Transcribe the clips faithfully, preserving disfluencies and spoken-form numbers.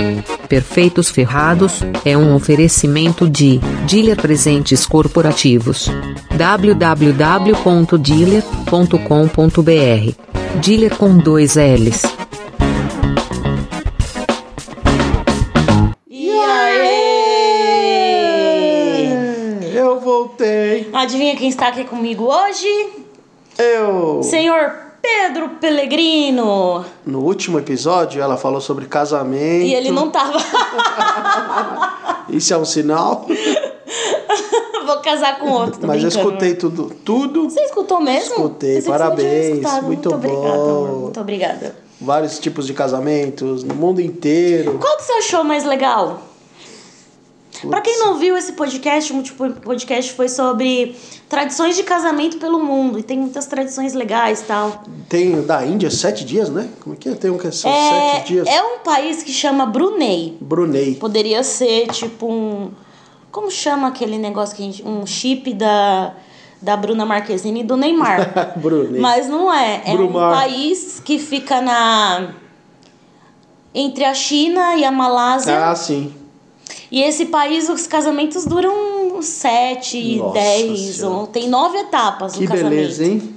Perfeitos Ferrados é um oferecimento de Dealer Presentes Corporativos. w w w ponto dealer ponto com ponto b r. Dealer com dois L's. E aí? Eu voltei. Adivinha quem está aqui comigo hoje? Eu. Senhor Pedro Pellegrino. No último episódio, ela falou sobre casamento. E ele não tava. Isso é um sinal? Vou casar com outro, tô Mas eu brincando. escutei tudo, tudo. Você escutou mesmo? Escutei, Pensei que você não tinha parabéns, escutado. muito Muito obrigada, bom. amor. Muito obrigada. Vários tipos de casamentos no mundo inteiro. Qual que você achou mais legal? Pra quem não viu esse podcast, o último podcast foi sobre tradições de casamento pelo mundo. E tem muitas tradições legais e tal. Tem o da Índia, sete dias, né? Como é que é? Tem um que são É, sete dias. é um país que chama Brunei. Brunei. Poderia ser tipo um... Como chama aquele negócio que a gente... Um chip da, da Bruna Marquezine e do Neymar. Brunei. Mas não é. É Brumar. um país que fica na... Entre a China e a Malásia. Ah, sim. E esse país, os casamentos duram sete, Nossa dez, Senhora. ou tem nove etapas Que no casamento. beleza, hein?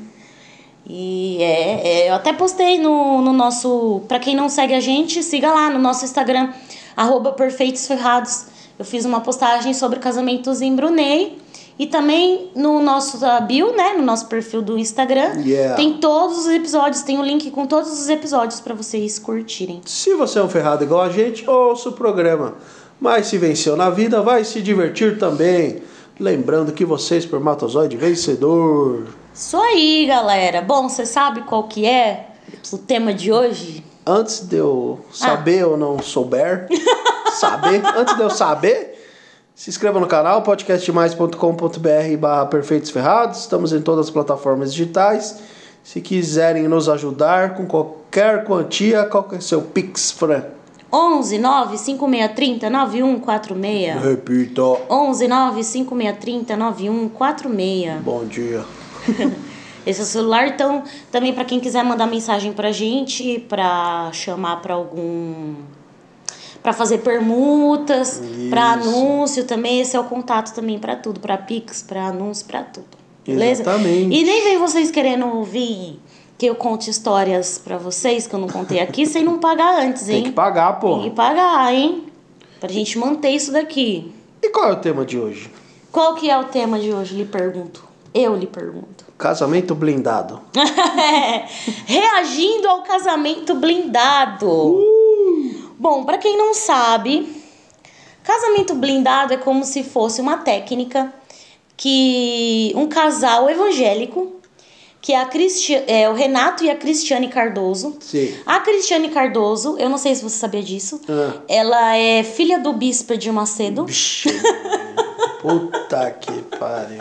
E é, é, eu até postei no, no nosso... Pra quem não segue a gente, siga lá no nosso Instagram, arroba Perfeitos Ferrados. Eu fiz uma postagem sobre casamentos em Brunei. E também no nosso bio, né? No nosso perfil do Instagram. Yeah. Tem todos os episódios, tem o link com todos os episódios pra vocês curtirem. Se você é um ferrado igual a gente, ouça o programa. Mas se venceu na vida, vai se divertir também. Lembrando que você é espermatozoide vencedor. Isso aí, galera. Bom, você sabe qual que é o tema de hoje? Antes de eu saber Ah. ou não souber, saber, antes de eu saber, se inscreva no canal podcast mais ponto com ponto b r barra Perfeitos Ferrados. Estamos em todas as plataformas digitais. Se quiserem nos ajudar com qualquer quantia, qual que é o seu Pix, Fran? onze nove cinco seis três zero nove um quatro seis. Repita. onze nove cinco seis três zero nove um quatro seis. Bom dia. Esse é o celular, então, também para quem quiser mandar mensagem pra gente, pra chamar pra algum... Pra fazer permutas, Isso. pra anúncio também, esse é o contato também pra tudo, pra Pix, pra anúncio, pra tudo. Beleza? Exatamente. E nem vem vocês querendo ouvir que eu conte histórias pra vocês que eu não contei aqui sem não pagar antes, hein? Tem que pagar, pô. Tem que pagar, hein? Pra gente manter isso daqui. E qual é o tema de hoje? Qual que é o tema de hoje? Lhe pergunto. Eu lhe pergunto. Casamento blindado. Reagindo ao casamento blindado. Uh! Bom, pra quem não sabe, casamento blindado é como se fosse uma técnica que um casal evangélico, que é, a Cristi- é o Renato e a Cristiane Cardoso. Sim. A Cristiane Cardoso, eu não sei se você sabia disso, Ah. ela é filha do bispo Edir Macedo. Vixe, puta que pariu.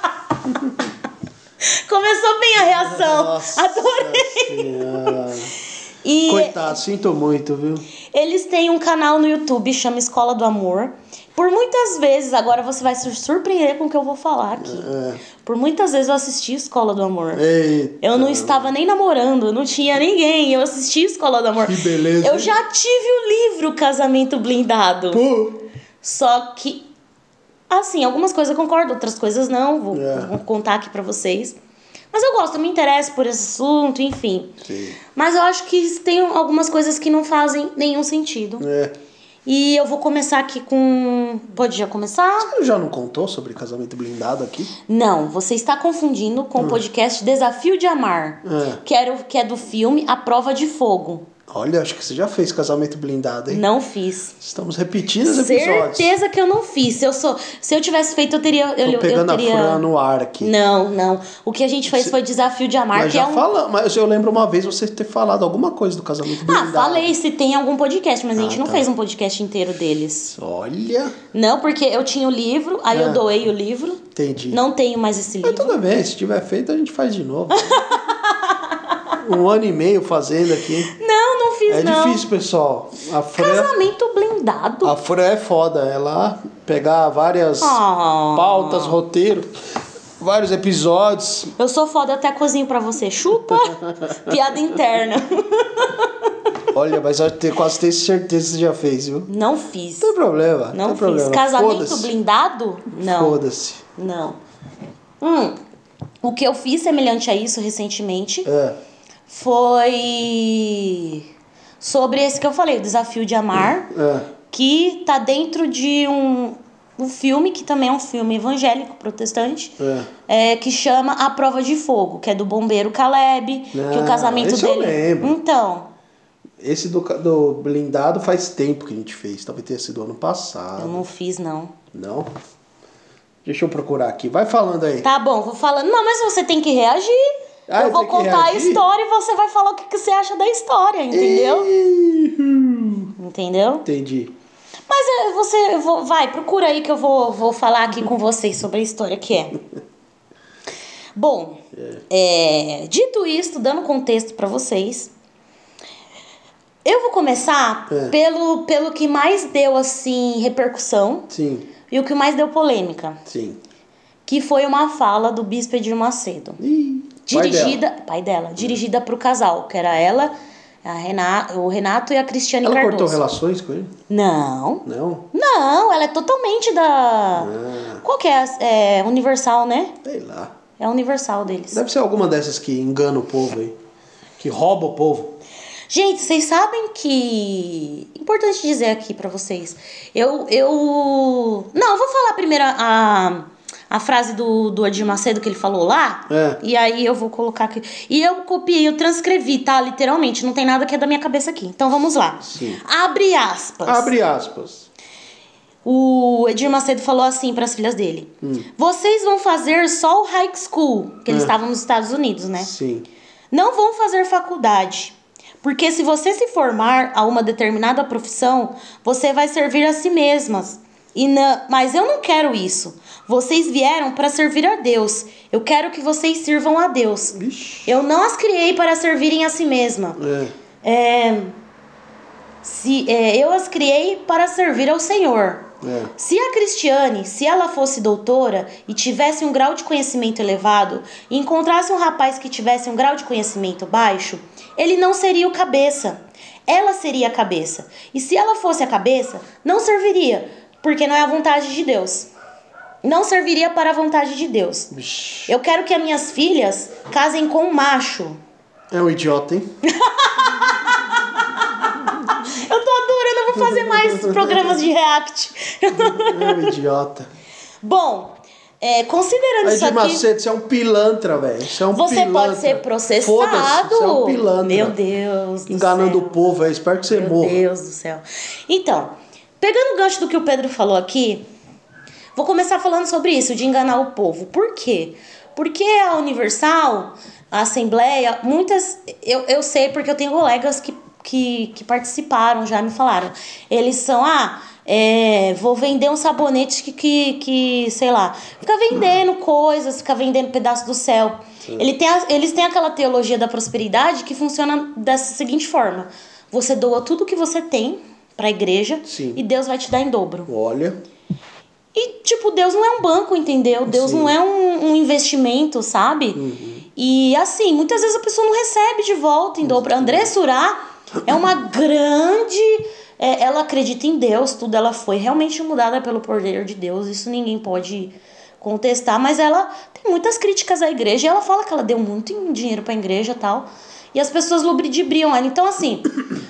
Começou bem a reação. Nossa Adorei. Senhora. E Coitado, sinto muito, viu? eles têm um canal no YouTube, chama Escola do Amor. Por muitas vezes, agora você vai se surpreender com o que eu vou falar aqui. É. Por muitas vezes eu assisti Escola do Amor. Eita. Eu não estava nem namorando, eu não tinha ninguém. Eu assisti Escola do Amor. Que beleza. Eu já tive o livro Casamento Blindado. Pô. Só que, assim, algumas coisas eu concordo, outras coisas não. Vou, É. vou contar aqui pra vocês. Mas eu gosto, eu me interesso por esse assunto, enfim. Sim. Mas eu acho que tem algumas coisas que não fazem nenhum sentido. É. E eu vou começar aqui com... Pode já começar? Você já não contou sobre casamento blindado aqui? Não, você está confundindo com o podcast Desafio de Amar. É. Que, era, o- que é do filme A Prova de Fogo. Olha, acho que você já fez casamento blindado, hein? Não fiz. Estamos repetindo os episódios. Certeza que eu não fiz. Se eu, sou, se eu tivesse feito, eu teria... Eu, Tô eu pegando teria... a Fran no ar aqui. Não, não. O que a gente fez Você- foi Desafio de Amar, Mas que já é um... fala, mas eu lembro uma vez você ter falado alguma coisa do casamento blindado. Ah, falei se tem algum podcast, mas a gente Ah, não tá. fez um podcast inteiro deles. Olha, Não, porque eu tinha o livro, aí Ah. eu doei o livro. entendi. Não tenho mais esse Mas livro. tudo bem, se tiver feito a gente faz de novo. Um ano e meio fazendo aqui. Não, não fiz É não. difícil, pessoal. A Fran, Casamento blindado. a Fran é foda. Ela pegar várias Ah. pautas, roteiro, vários episódios. Eu sou foda, até cozinho pra você. Chupa. Piada interna. Olha, mas eu tenho, quase tenho certeza que você já fez, viu? Não fiz. Não tem problema. Não tem fiz. Problema. Casamento blindado? Não. Foda-se. Não. Hum, o que eu fiz semelhante a isso recentemente É. foi sobre esse que eu falei, o Desafio de Amar, É. que tá dentro de um, um filme, que também é um filme evangélico, protestante, É. é, que chama A Prova de Fogo, que é do bombeiro Caleb, Ah, que o casamento esse eu dele... lembro. Então, Esse do, do blindado faz tempo que a gente fez. Talvez tenha sido ano passado. eu não fiz, não. Não? Deixa eu procurar aqui. Vai falando aí. Tá bom, vou falando. Não, mas você tem que reagir. Ah, eu eu vou tenho que contar a reagir? história e você vai falar o que, que você acha da história, entendeu? Ih, Entendeu? Entendi. Mas é, você, eu vou, vai, procura aí que eu vou, vou falar aqui com vocês sobre a história que é. Bom, é, dito isto, dando contexto pra vocês, eu vou começar É. pelo, pelo que mais deu, assim, repercussão Sim, e o que mais deu polêmica, sim. que foi uma fala do Bispo Edir Macedo. Ih, pai Dirigida, dela. pai dela, dirigida pro casal, que era ela, a Renato, o Renato e a Cristiane Ela Cardoso. cortou relações com ele? Não, Não? não, ela é totalmente da... Ah, Qual que é? É Universal, né? sei lá. É a Universal deles. Deve ser alguma dessas que engana o povo aí. Que rouba o povo. Gente, vocês sabem que... Importante dizer aqui pra vocês. Eu... eu... Não, eu vou falar primeiro a, a frase do, do Edir Macedo que ele falou lá. É. E aí eu vou colocar aqui. E eu copiei, eu transcrevi, tá? Literalmente, não tem nada que é da minha cabeça aqui. Então vamos lá. Sim. Abre aspas. Abre aspas. O Edir Macedo falou assim para as filhas dele. Hum. Vocês vão fazer só o high school, que eles É. estavam nos Estados Unidos, né? Sim. Não vão fazer faculdade. Porque se você se formar a uma determinada profissão, você vai servir a si mesmas. E não, mas eu não quero isso. Vocês vieram para servir a Deus. Eu quero que vocês sirvam a Deus. Vixe. Eu não as criei para servirem a si mesma. É. É, se, é, eu as criei para servir ao Senhor. É. Se a Cristiane, se ela fosse doutora e tivesse um grau de conhecimento elevado e encontrasse um rapaz que tivesse um grau de conhecimento baixo, ele não seria o cabeça. Ela seria a cabeça. E se ela fosse a cabeça, não serviria, porque não é a vontade de Deus. Não serviria para a vontade de Deus. Vixe. Eu quero que as minhas filhas casem com um macho. É um idiota, hein? Eu tô adorando, eu vou fazer mais programas de react. É um idiota. Bom, é, considerando Aí isso de aqui... Macedo, você é um pilantra, velho. Você é um Você pilantra. pode ser processado. Foda-se, você é um pilantra. Meu Deus do Enganando céu. o povo, aí. Espero que você Meu morra. Deus do céu. Então, pegando o gancho do que o Pedro falou aqui, vou começar falando sobre isso, de enganar o povo. Por quê? Porque a Universal, a Assembleia, muitas... Eu, eu sei porque eu tenho colegas que, que, que participaram, já me falaram. Eles são... Ah, é, vou vender um sabonete que, que, que, sei lá, fica vendendo coisas, fica vendendo pedaço do céu. Ele tem a, eles têm aquela teologia da prosperidade que funciona dessa seguinte forma. Você doa tudo que você tem pra igreja. Sim. E Deus vai te dar em dobro. Olha. E, tipo, Deus não é um banco, entendeu? Deus Sim. não é um, um investimento, sabe? Uhum. E, assim, muitas vezes a pessoa não recebe de volta em dobro. André Surá é uma grande... É, ela acredita em Deus, tudo. Ela foi realmente mudada pelo poder de Deus. Isso ninguém pode contestar. Mas ela tem muitas críticas à igreja. E ela fala que ela deu muito dinheiro pra igreja e tal. E as pessoas lubridibriam ela. Então, assim...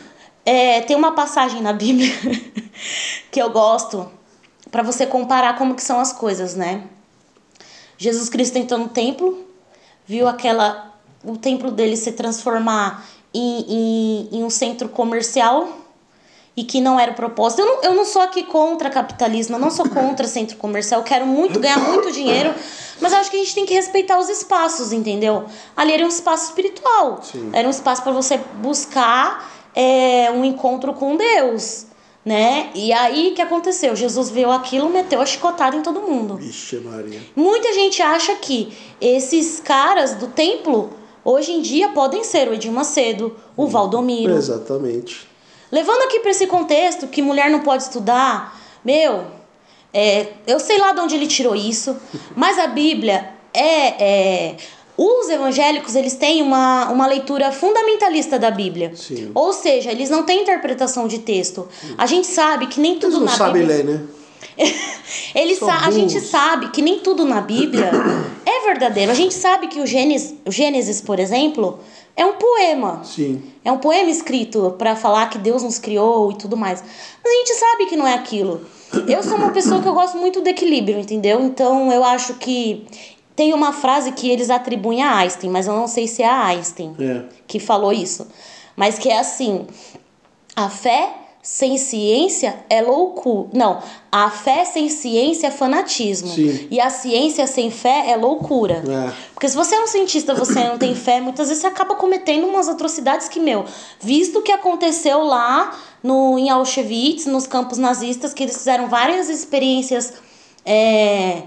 É, tem uma passagem na Bíblia que eu gosto... Pra você comparar como que são as coisas, né? Jesus Cristo entrou no templo, viu aquela, o templo dele se transformar em, em, em um centro comercial e que não era o propósito. Eu não, eu não sou aqui contra capitalismo, eu não sou contra centro comercial, eu quero muito ganhar muito dinheiro, mas eu acho que a gente tem que respeitar os espaços, entendeu? Ali era um espaço espiritual, Sim. Era um espaço para você buscar é, um encontro com Deus. Né? E aí o que aconteceu? Jesus viu aquilo, meteu a chicotada em todo mundo. Vixe, Maria. Muita gente acha que esses caras do templo hoje em dia podem ser o Edir Macedo, o Valdomiro. Exatamente. Levando aqui para esse contexto que mulher não pode estudar, meu, é, eu sei lá de onde ele tirou isso, mas a Bíblia é, é Os evangélicos, eles têm uma, uma leitura fundamentalista da Bíblia. Sim. Ou seja, eles não têm interpretação de texto. A gente sabe que nem tudo Eles não na sabem Bíblia... ler, né? Eles São sa... A gente burros. sabe que nem tudo na Bíblia é verdadeiro. A gente sabe que o Gênesis, o Gênesis, por exemplo, é um poema. Sim. É um poema escrito para falar que Deus nos criou e tudo mais. Mas a gente sabe que não é aquilo. Eu sou uma pessoa que eu gosto muito do equilíbrio, entendeu? Então eu acho que tem uma frase que eles atribuem a Einstein, mas eu não sei se é a Einstein É. que falou isso. Mas que é assim: a fé sem ciência é loucura. Não, a fé sem ciência é fanatismo. Sim. E a ciência sem fé é loucura. É. Porque se você é um cientista, você não tem fé, muitas vezes você acaba cometendo umas atrocidades que, meu, visto o que aconteceu lá no, em Auschwitz, nos campos nazistas, que eles fizeram várias experiências é,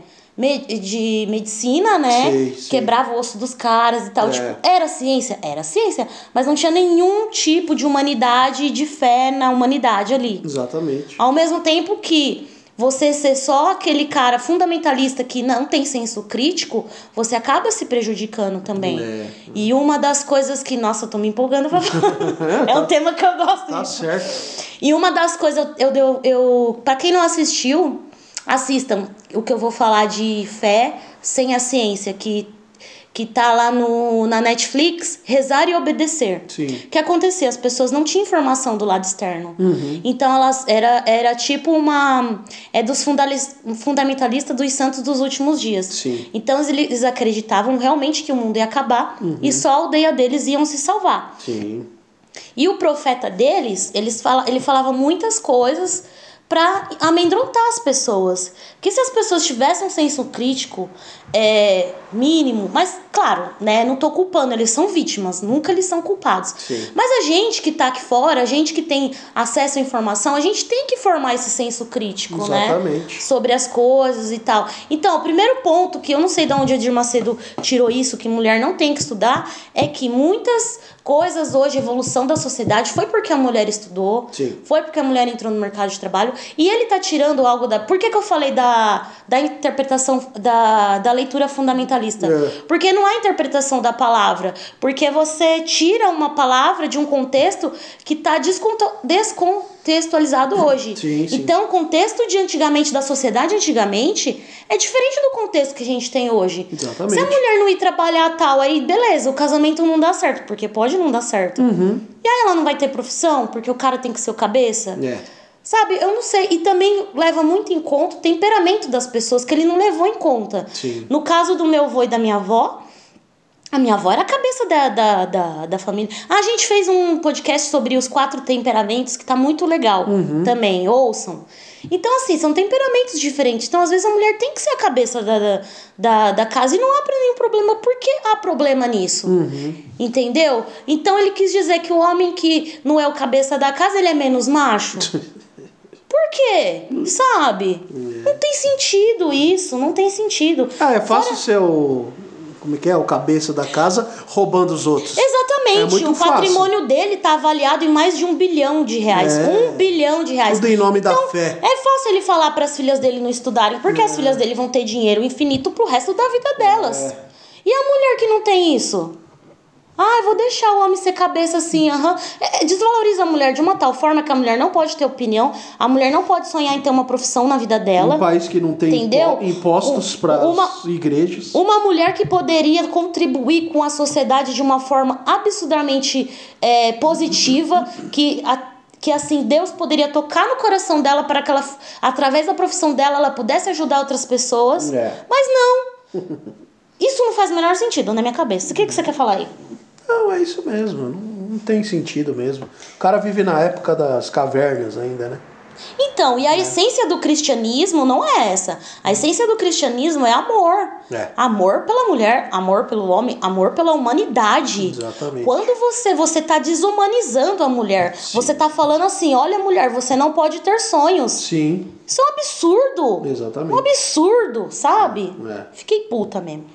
de medicina, né? Sei, sei. Quebrava o osso dos caras e tal. É. Tipo, era ciência? Era ciência. Mas não tinha nenhum tipo de humanidade, de fé na humanidade ali. Exatamente. Ao mesmo tempo que você ser só aquele cara fundamentalista que não tem senso crítico, você acaba se prejudicando também. É. E uma das coisas que... Nossa, eu tô me empolgando pra falar. É um tema que eu gosto. Tá disso. certo. E uma das coisas... Eu, eu, eu, pra quem não assistiu, assistam o que eu vou falar de fé sem a ciência, que... que tá lá no, na Netflix, Rezar e Obedecer. Sim. O que acontecia? As pessoas não tinham informação do lado externo. Uhum. Então, elas era, era tipo uma... É dos fundalis- fundamentalistas dos santos dos últimos dias. Sim. Então, eles acreditavam realmente que o mundo ia acabar e só a aldeia deles iam se salvar. Sim. E o profeta deles, eles fala, ele falava muitas coisas para amedrontar as pessoas. Porque se as pessoas tivessem um senso crítico é, mínimo, mas claro, né, não tô culpando, eles são vítimas, nunca eles são culpados. Sim. Mas a gente que tá aqui fora, a gente que tem acesso à informação, a gente tem que formar esse senso crítico, Exatamente. né? Sobre as coisas e tal. Então, o primeiro ponto, que eu não sei de onde a Edir Macedo tirou isso, que mulher não tem que estudar, é que muitas coisas hoje, a evolução da sociedade, foi porque a mulher estudou, Sim. foi porque a mulher entrou no mercado de trabalho, e ele tá tirando algo da... Por que que eu falei da, da interpretação, da, da leitura fundamentalista? É. Porque não há interpretação da palavra, porque você tira uma palavra de um contexto que tá desconto, descontextualizado hoje. Sim, sim. Então, o contexto de antigamente, da sociedade antigamente, é diferente do contexto que a gente tem hoje. Exatamente. Se a mulher não ir trabalhar tal, aí beleza, o casamento não dá certo, porque pode não dar certo. Uhum. E aí ela não vai ter profissão, porque o cara tem que ser o cabeça. É. Sabe, eu não sei. E também leva muito em conta o temperamento das pessoas, que ele não levou em conta. Sim. No caso do meu avô e da minha avó, a minha avó era a cabeça da, da, da, da família. A gente fez um podcast sobre os quatro temperamentos, que tá muito legal também, ouçam. Então, assim, são temperamentos diferentes. Então, às vezes, a mulher tem que ser a cabeça da, da, da, da casa e não há nenhum problema. Por que há problema nisso? Uhum. Entendeu? Então, ele quis dizer que o homem que não é o cabeça da casa, ele é menos macho. Por quê? Sabe? É. Não tem sentido isso, não tem sentido. Ah, é fácil Fora- ser o... Como é que é? O cabeça da casa roubando os outros. É Exatamente, muito o patrimônio dele tá avaliado em mais de um bilhão de reais. É. Um bilhão de reais. Tudo em nome da Então, fé. é fácil ele falar para as filhas dele não estudarem, porque as filhas dele vão ter dinheiro infinito pro resto da vida delas. É. E a mulher que não tem isso? Ah, eu vou deixar o homem ser cabeça assim, aham. É, desvaloriza a mulher de uma tal forma que a mulher não pode ter opinião, a mulher não pode sonhar em ter uma profissão na vida dela. Um país que não tem Entendeu? impo- impostos Um- para uma- as igrejas. Uma mulher que poderia contribuir com a sociedade de uma forma absurdamente é, positiva, que, a, que assim, Deus poderia tocar no coração dela para que ela, através da profissão dela, ela pudesse ajudar outras pessoas. É. Mas não. Isso não faz o menor sentido na minha cabeça. O que, que você quer falar aí? Não, é isso mesmo. Não, não tem sentido mesmo. O cara vive na época das cavernas ainda, né? Então, e a essência do cristianismo não é essa. A essência do cristianismo é amor. É. Amor pela mulher, amor pelo homem, amor pela humanidade. Exatamente. Quando você você tá desumanizando a mulher, Sim. você tá falando assim, olha mulher, você não pode ter sonhos. Sim, Isso é um absurdo. exatamente. Um absurdo, sabe? É. Fiquei puta mesmo.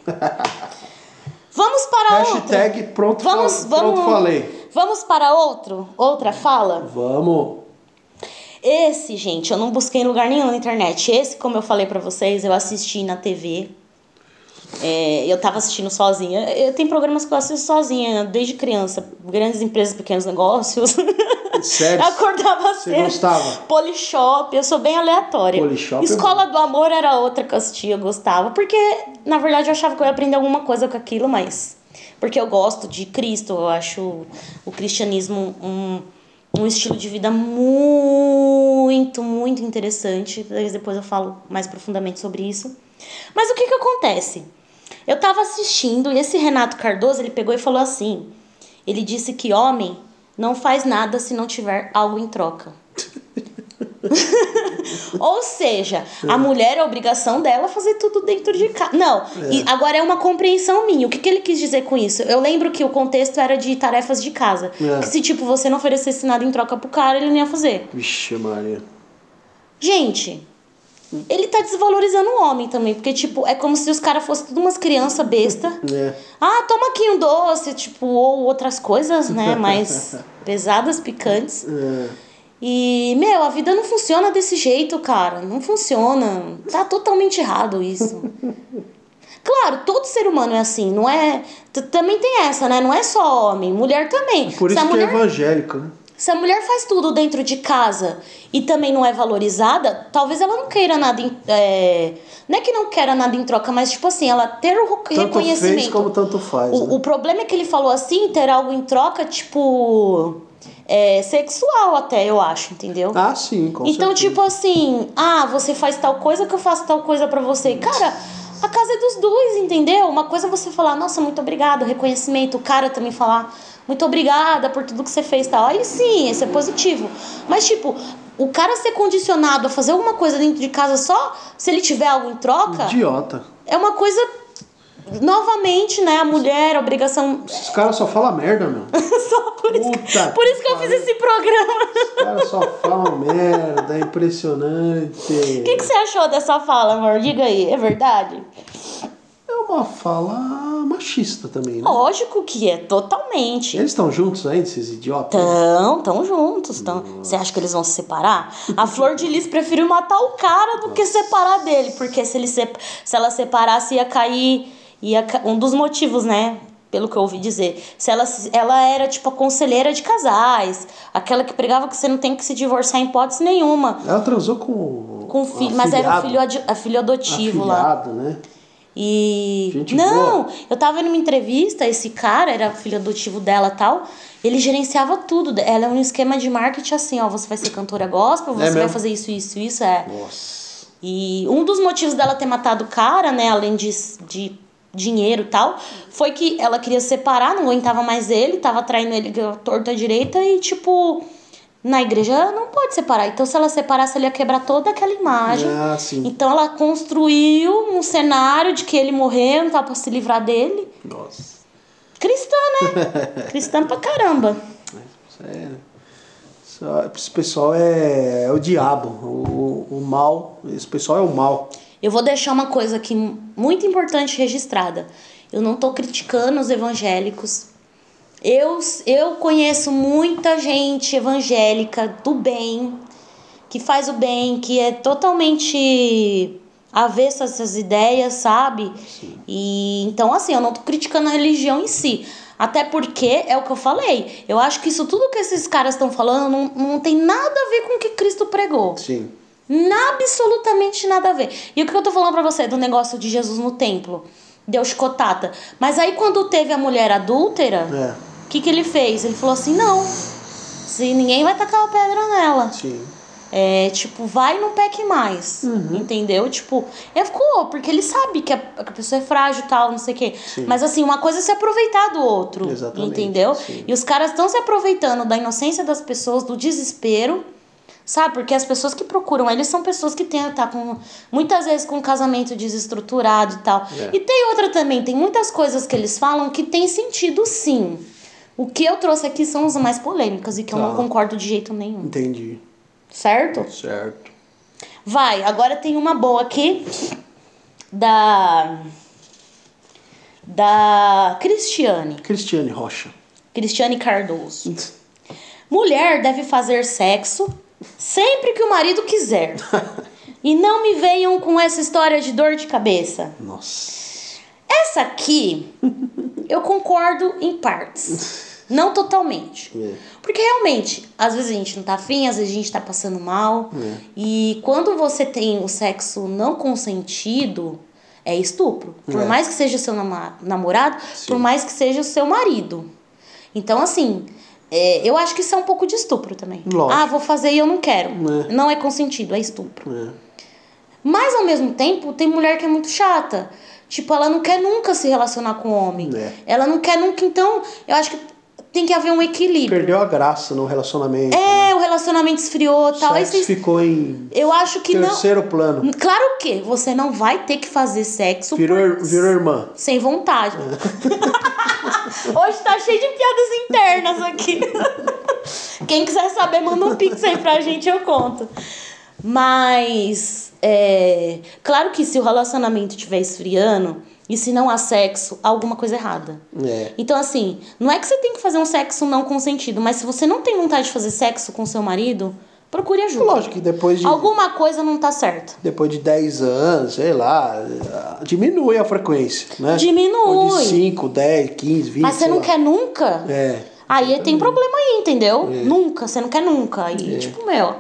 Vamos para outro. Hashtag pronto, Vamos, fa- pronto vamos, falei. Vamos para outro? Outra fala? Vamos. Esse, gente, eu não busquei em lugar nenhum na internet. Esse, como eu falei pra vocês, eu assisti na T V. É, eu tava assistindo sozinha. Eu tenho programas que eu assisto sozinha, desde criança. Grandes empresas, pequenos negócios. Sério? Eu acordava Você cedo. gostava? Polishop, eu sou bem aleatória. Polishop é Escola do Amor era outra que eu assistia, eu gostava. Porque, na verdade, eu achava que eu ia aprender alguma coisa com aquilo, mas... Porque eu gosto de Cristo, eu acho o cristianismo um, um estilo de vida muito, muito interessante. Depois eu falo mais profundamente sobre isso. Mas o que que acontece? Eu tava assistindo e esse Renato Cardoso, ele pegou e falou assim... Ele disse que homem não faz nada se não tiver algo em troca. Ou seja, é. a mulher é a obrigação dela fazer tudo dentro de casa. Não, é. E agora é uma compreensão minha. O que, que ele quis dizer com isso? Eu lembro que o contexto era de tarefas de casa. É. Que se tipo, você não oferecesse nada em troca pro cara, ele não ia fazer. Vixe, Maria. Gente... Ele tá desvalorizando o homem também, porque, tipo, é como se os caras fossem tudo umas crianças besta. É. Ah, toma aqui um doce, tipo, ou outras coisas, né, mais pesadas, picantes. É. E, meu, a vida não funciona desse jeito, cara. Não funciona. Tá totalmente errado isso. Claro, todo ser humano é assim, não é... Também tem essa, né? Não é só homem, mulher também. Por isso Se a que mulher... é evangélico, né? Se a mulher faz tudo dentro de casa e também não é valorizada, talvez ela não queira nada em, é, não é que não queira nada em troca, mas tipo assim, ela ter o tanto reconhecimento. Tanto fez como tanto faz. O, né? o problema é que ele falou assim, ter algo em troca, tipo, é, sexual até, eu acho, entendeu? Ah, sim, com Então, certeza. tipo assim, ah, você faz tal coisa que eu faço tal coisa pra você. Cara, a casa é dos dois, entendeu? Uma coisa é você falar, nossa, muito obrigado, reconhecimento. O cara também falar... Muito obrigada por tudo que você fez, tal. Aí sim, isso é positivo. Mas, tipo, o cara ser condicionado a fazer alguma coisa dentro de casa só se ele tiver algo em troca... Idiota. É uma coisa... Novamente, né? A mulher, a obrigação... Esses caras só falam merda, meu. Só por isso, que, por isso que eu fiz esse programa. Os caras só falam merda, é impressionante. O que, que você achou dessa fala, amor? Diga aí, é verdade? É uma fala machista também, né? Lógico que é, totalmente. Eles estão juntos ainda, esses idiotas? Estão, estão juntos. Tão. Você acha que eles vão se separar? A Flor de Lis preferiu matar o cara do Nossa. que separar dele. Porque se, ele se, se ela separasse, ia cair... Ia, um dos motivos, né? Pelo que eu ouvi dizer. Se ela, ela era, tipo, a conselheira de casais. Aquela que pregava que você não tem que se divorciar em hipótese nenhuma. Ela transou com... Com filho, mas era o filho, a filho adotivo afilhado, lá. né? E... Gente não, boa. eu tava vendo uma entrevista, esse cara era filho adotivo dela e tal, ele gerenciava tudo. Ela é um esquema de marketing assim, ó, você vai ser cantora gospel, você é vai fazer isso, isso, isso, é. Nossa. E um dos motivos dela ter matado o cara, né, além de, de dinheiro e tal, foi que ela queria separar, não aguentava mais ele, tava traindo ele torta à direita e, tipo... Na igreja não pode separar. Então, se ela separasse, ela ia quebrar toda aquela imagem. Ah, sim. Então, ela construiu um cenário de que ele morreu, não tava pra se livrar dele. Nossa. Cristã, né? Cristã pra caramba. É, esse pessoal é, é o diabo. O, o mal. Esse pessoal é o mal. Eu vou deixar uma coisa aqui muito importante registrada. Eu não tô criticando os evangélicos. Eu, eu conheço muita gente evangélica do bem, que faz o bem, que é totalmente avesso a essas ideias, sabe? Sim. E então, assim, eu não tô criticando a religião em si. Até porque, é o que eu falei, eu acho que isso tudo que esses caras estão falando não, não tem nada a ver com o que Cristo pregou. Sim. Absolutamente nada a ver. E o que eu tô falando pra você do negócio de Jesus no templo? Deu chicotata. Mas aí quando teve a mulher adúltera... É. O que, que ele fez? Ele falou assim, não, se ninguém vai tacar a pedra nela. Sim. É, tipo, vai e não peque mais. Uhum. Entendeu? Tipo, ele ficou, porque ele sabe que a, que a pessoa é frágil e tal, não sei o quê. Sim. Mas assim, uma coisa é se aproveitar do outro. Exatamente. Entendeu? Sim. E os caras estão se aproveitando da inocência das pessoas, do desespero. Sabe? Porque as pessoas que procuram eles são pessoas que têm, tá com, muitas vezes com um casamento desestruturado e tal. É. E tem outra também, tem muitas coisas que eles falam que tem sentido sim. O que eu trouxe aqui são as mais polêmicas e que tá. eu não concordo de jeito nenhum. Entendi. Certo? Certo. Vai, agora tem uma boa aqui da da Cristiane. Cristiane Rocha. Cristiane Cardoso. Mulher deve fazer sexo sempre que o marido quiser. E não me venham com essa história de dor de cabeça. Nossa. Essa aqui, eu concordo em partes. Não totalmente. É. Porque realmente, às vezes a gente não tá afim, às vezes a gente tá passando mal. É. E quando você tem o sexo não consentido, é estupro. Por é. mais que seja seu nam- namorado, Sim. por mais que seja o seu marido. Então, assim, é, eu acho que isso é um pouco de estupro também. Lógico. Ah, vou fazer e eu não quero. É. Não é consentido, é estupro. É. Mas, ao mesmo tempo, tem mulher que é muito chata. Tipo, ela não quer nunca se relacionar com homem. É. Ela não quer nunca, então, eu acho que tem que haver um equilíbrio. Perdeu a graça no relacionamento. É, né? o relacionamento esfriou e tal. Sexo Aí ficou em eu acho que terceiro não... plano. Claro que você não vai ter que fazer sexo virou, por... virou irmã. Sem vontade. É. Hoje tá cheio de piadas internas aqui. Quem quiser saber, manda um pix aí pra gente, eu conto. Mas, é... claro que se o relacionamento estiver esfriando... E se não há sexo, há alguma coisa errada. É. Então, assim, não é que você tem que fazer um sexo não consentido, mas se você não tem vontade de fazer sexo com seu marido, procure ajuda. Lógico que depois de... Alguma coisa não tá certa. Depois de dez anos, sei lá, diminui a frequência, né? Diminui. Ou de cinco, dez, quinze, vinte, mas você não lá. quer nunca? É. Aí tem problema aí, entendeu? É. Nunca, você não quer nunca. Aí, é. tipo, meu...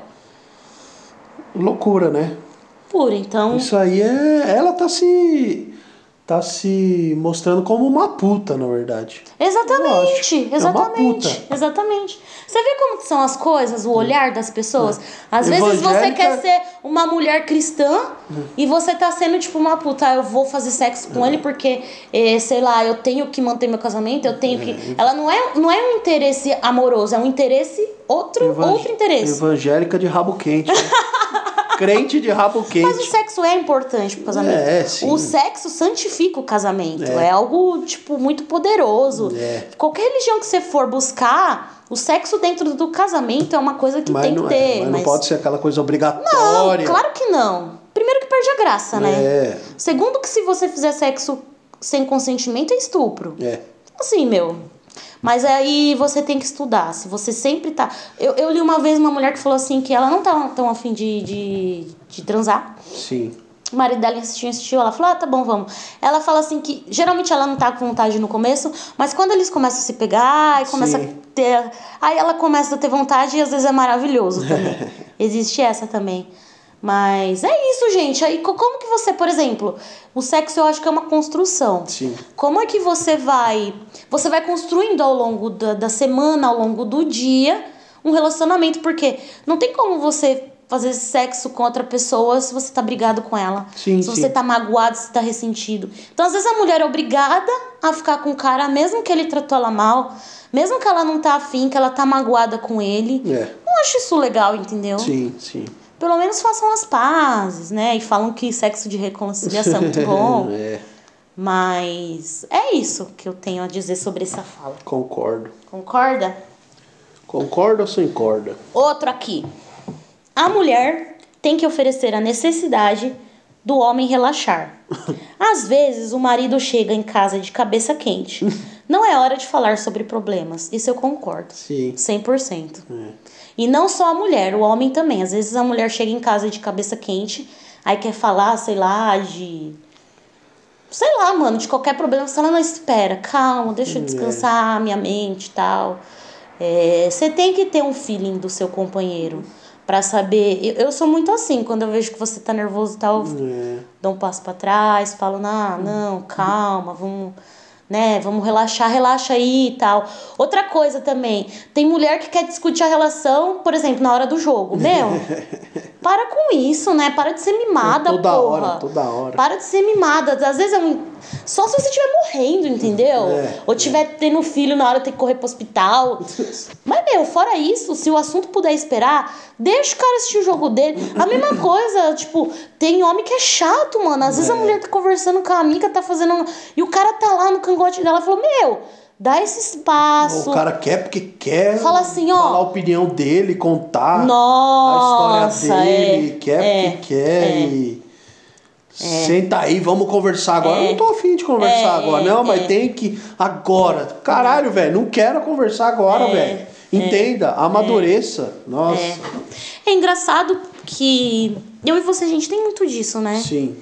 Loucura, né? Pura, então... Isso aí é... Ela tá se... Tá se mostrando como uma puta, na verdade. Exatamente, exatamente, é uma puta. Exatamente. Você vê como que são as coisas, o olhar das pessoas? Às vezes você quer ser uma mulher cristã hum. e você tá sendo tipo uma puta. Ah, eu vou fazer sexo com hum. ele porque, eh, sei lá, eu tenho que manter meu casamento, eu tenho é. que... Ela não é, não é um interesse amoroso, é um interesse, outro, Evang... outro interesse. Evangélica de rabo quente. Crente de rabo quente. Mas o sexo é importante pro casamento. É, sim. O sexo santifica o casamento. É, é algo, tipo, muito poderoso. É. Qualquer religião que você for buscar, o sexo dentro do casamento é uma coisa que mas tem que ter. É, mas, mas não pode ser aquela coisa obrigatória. Não, claro que não. Primeiro que perde a graça, né? É. Segundo que se você fizer sexo sem consentimento, é estupro. É. Assim, meu... Mas aí você tem que estudar. Se você sempre tá... Eu, eu li uma vez uma mulher que falou assim que ela não tá tão afim de, de, de transar. Sim. O marido dela insistiu, insistiu. Ela falou, ah, tá bom, vamos. Ela fala assim que geralmente ela não tá com vontade no começo, mas quando eles começam a se pegar e começa a ter... Aí ela começa a ter vontade e às vezes é maravilhoso também. Existe essa também. Mas é isso, gente. Aí como que você, por exemplo, o sexo eu acho que é uma construção. Sim. Como é que você vai... Você vai construindo ao longo da, da semana, ao longo do dia, um relacionamento. Porque não tem como você fazer sexo com outra pessoa se você tá brigado com ela. Sim, se sim. você tá magoado, se tá ressentido. Então, às vezes, a mulher é obrigada a ficar com o cara, mesmo que ele tratou ela mal, mesmo que ela não tá afim, que ela tá magoada com ele. É. Não acho isso legal, entendeu? Sim, sim. Pelo menos façam as pazes, né? E falam que sexo de reconciliação é muito bom. É. Mas é isso que eu tenho a dizer sobre essa fala. Concordo. Concorda? Concorda ou sem corda? Outro aqui. A mulher tem que oferecer a necessidade do homem relaxar. Às vezes o marido chega em casa de cabeça quente. Não é hora de falar sobre problemas. Isso eu concordo. Sim. cem por cento. É. E não só a mulher, o homem também. Às vezes a mulher chega em casa de cabeça quente, aí quer falar, sei lá, de... Sei lá, mano, de qualquer problema. Você fala, não, espera, calma, deixa eu descansar a minha mente e tal. É, você tem que ter um feeling do seu companheiro pra saber... Eu, eu sou muito assim, quando eu vejo que você tá nervoso e tal, eu dou um passo pra trás, falo, não, não, calma, vamos... Né, vamos relaxar, relaxa aí e tal. Outra coisa também, tem mulher que quer discutir a relação, por exemplo, na hora do jogo. Meu, para com isso, né? Para de ser mimada, toda porra. Hora, toda hora. Para de ser mimada. Às vezes é um... Só se você estiver morrendo, entendeu? É, Ou tiver é. tendo filho na hora, ter que correr pro hospital. Mas, meu, fora isso, se o assunto puder esperar, deixa o cara assistir o jogo dele. A mesma coisa, tipo, tem homem que é chato, mano. Às vezes é. a mulher tá conversando com a amiga, tá fazendo... Um... E o cara tá lá no cangote dela e falou, meu... Dá esse espaço. O cara quer porque quer Fala assim, ó, falar a opinião dele, contar nossa, a história dele, é, quer é, porque quer é, e... É. Senta aí, vamos conversar agora. É. Eu não tô afim de conversar é, agora, não, mas é. tem que agora. Caralho, velho, não quero conversar agora, é. velho. Entenda, amadureça. É. Nossa. É. É engraçado que eu e você, a gente tem muito disso, né? Sim.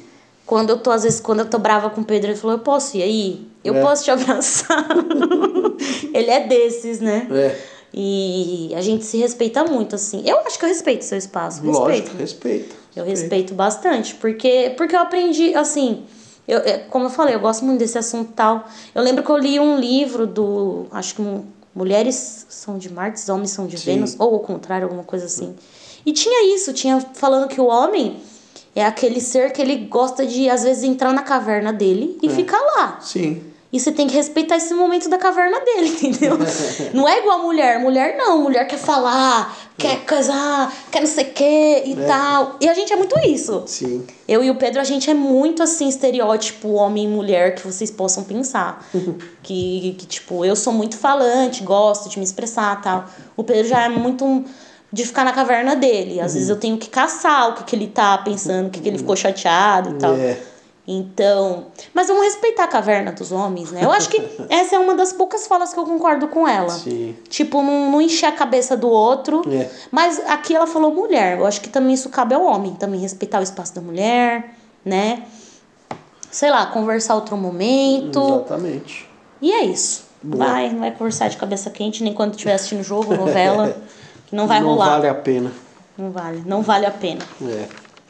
Quando eu tô, às vezes, quando eu tô brava com o Pedro, ele falou, eu posso ir aí? Eu é. posso te abraçar? Ele é desses, né? É. E a gente se respeita muito, assim. Eu acho que eu respeito o seu espaço. Respeito. Lógico, respeito. Eu respeito bastante, porque, porque eu aprendi, assim... Eu, como eu falei, eu gosto muito desse assunto tal. Eu lembro que eu li um livro do... Acho que Mulheres são de Marte, Homens são de Sim. Vênus. Ou ao contrário, alguma coisa assim. E tinha isso, tinha falando que o homem... É aquele ser que ele gosta de, às vezes, entrar na caverna dele e é. ficar lá. Sim. E você tem que respeitar esse momento da caverna dele, entendeu? Não é igual a mulher. Mulher não. Mulher quer falar, quer é. casar, quer não sei o quê e é. tal. E a gente é muito isso. Sim. Eu e o Pedro, a gente é muito, assim, estereótipo homem e mulher que vocês possam pensar. que, que, tipo, eu sou muito falante, gosto de me expressar e tal. O Pedro já é muito... Um, de ficar na caverna dele. Às uhum. vezes eu tenho que caçar o que, que ele tá pensando, o que, que ele ficou chateado e tal. É. Então... Mas vamos respeitar a caverna dos homens, né? Eu acho que essa é uma das poucas falas que eu concordo com ela. Sim. Tipo, não, não encher a cabeça do outro. É. Mas aqui ela falou mulher. Eu acho que também isso cabe ao homem. Também respeitar o espaço da mulher, né? Sei lá, conversar outro momento. Exatamente. E é isso. Boa. Vai, não vai conversar de cabeça quente, nem quando estiver assistindo jogo, novela... Que não vai não rolar. Não vale a pena. Não vale, não vale a pena. É.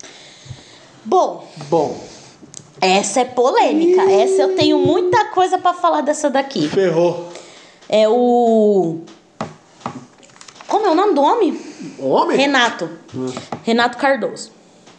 Bom. Bom. Essa é polêmica. Ih. Essa eu tenho muita coisa pra falar dessa daqui. Ferrou. É o... Como é o nome do homem? Homem? Renato. Hum. Renato Cardoso.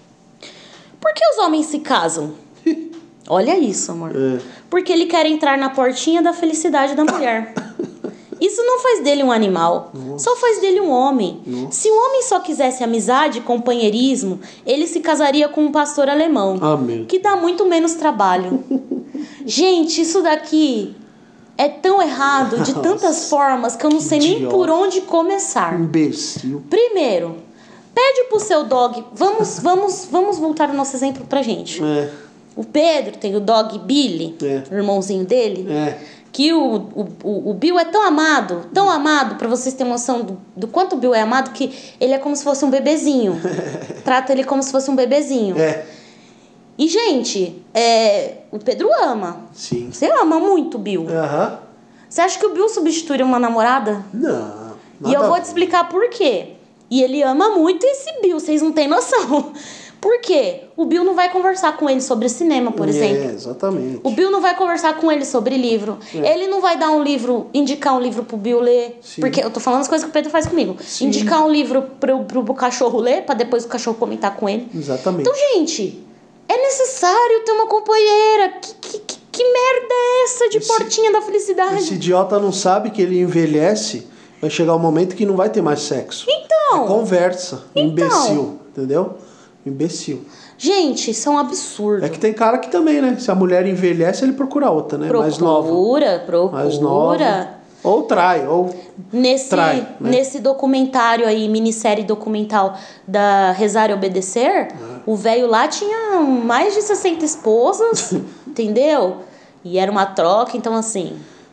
Por que os homens se casam? Olha isso, amor. É. Porque ele quer entrar na portinha da felicidade da mulher. Isso não faz dele um animal, Nossa. Só faz dele um homem. Nossa. Se o homem só quisesse amizade, companheirismo, ele se casaria com um pastor alemão, Amém. Que dá muito menos trabalho. Gente, isso daqui é tão errado, de tantas Nossa. Formas, que eu não que sei idiota. Nem por onde começar. Imbecil. Primeiro, pede pro seu dog... Vamos, vamos, vamos voltar o nosso exemplo pra gente. É. O Pedro tem o dog Billy, é. O irmãozinho dele. É. Que o, o, o Bill é tão amado, tão amado, pra vocês terem noção do, do quanto o Bill é amado, que ele é como se fosse um bebezinho. Trata ele como se fosse um bebezinho. É. E, gente, é, o Pedro ama. Sim. Você ama muito o Bill. Aham. Uh-huh. Você acha que o Bill substituiria uma namorada? Não. E eu vou te explicar por quê. E ele ama muito esse Bill, vocês não têm noção. Por quê? O Bill não vai conversar com ele sobre cinema, por é, exemplo. Exatamente. O Bill não vai conversar com ele sobre livro. É. Ele não vai dar um livro, indicar um livro pro Bill ler. Sim. Porque eu tô falando as coisas que o Pedro faz comigo. Sim. Indicar um livro pro, pro, pro cachorro ler, pra depois o cachorro comentar com ele. Exatamente. Então, gente, é necessário ter uma companheira. Que, que, que, que merda é essa de esse, portinha da felicidade? Esse idiota não sabe que ele envelhece, vai chegar um momento que não vai ter mais sexo. Então. É conversa. Então. Imbecil, entendeu? Imbecil. Gente, isso é um absurdo. É que tem cara que também, né? Se a mulher envelhece, ele procura outra, né? Procura, mais nova. Procura, procura. Mais nova. Ou trai, ou nesse, trai. Né? Nesse documentário aí, minissérie documental da Rezar e Obedecer, é. O velho lá tinha mais de sessenta esposas, entendeu? E era uma troca, então assim...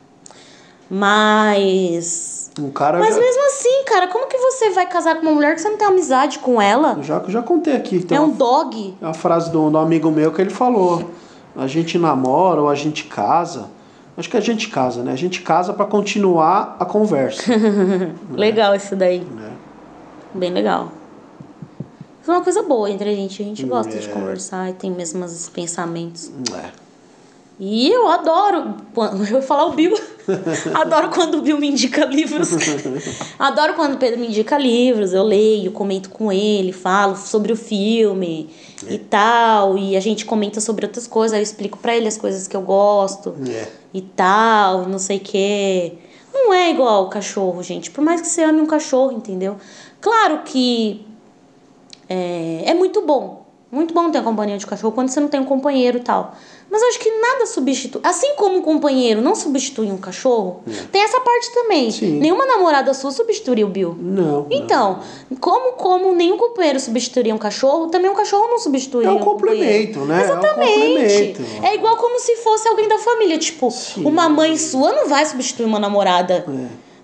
Mas... Um cara Mas já... mesmo assim, cara, como que você vai casar com uma mulher que você não tem amizade com ela? Já, já contei aqui. Tem é uma, um dog. É uma frase do, do amigo meu que ele falou. A gente namora ou a gente casa. Acho que a gente casa, né? A gente casa pra continuar a conversa. Legal é. Isso daí. É. Bem legal. Isso é uma coisa boa entre a gente. A gente gosta é. De conversar e tem mesmos pensamentos. É. E eu adoro, eu vou falar o Bill, adoro quando o Bill me indica livros, adoro quando o Pedro me indica livros, eu leio, comento com ele, falo sobre o filme é. E tal, e a gente comenta sobre outras coisas, aí eu explico pra ele as coisas que eu gosto é. E tal, não sei o que. Não é igual o cachorro, gente, por mais que você ame um cachorro, entendeu? Claro que é, é muito bom, muito bom ter a companhia de cachorro quando você não tem um companheiro e tal. Mas eu acho que nada substitui. Assim como um companheiro não substitui um cachorro, é. Tem essa parte também. Sim. Nenhuma namorada sua substituiria o Bill. Não. Então, não. como como nenhum companheiro substituiria um cachorro, também um cachorro não substituiria um companheiro. É um complemento, companheiro. né? Exatamente. É, um é igual como se fosse alguém da família. Tipo, Sim. Uma mãe sua não vai substituir uma namorada. É.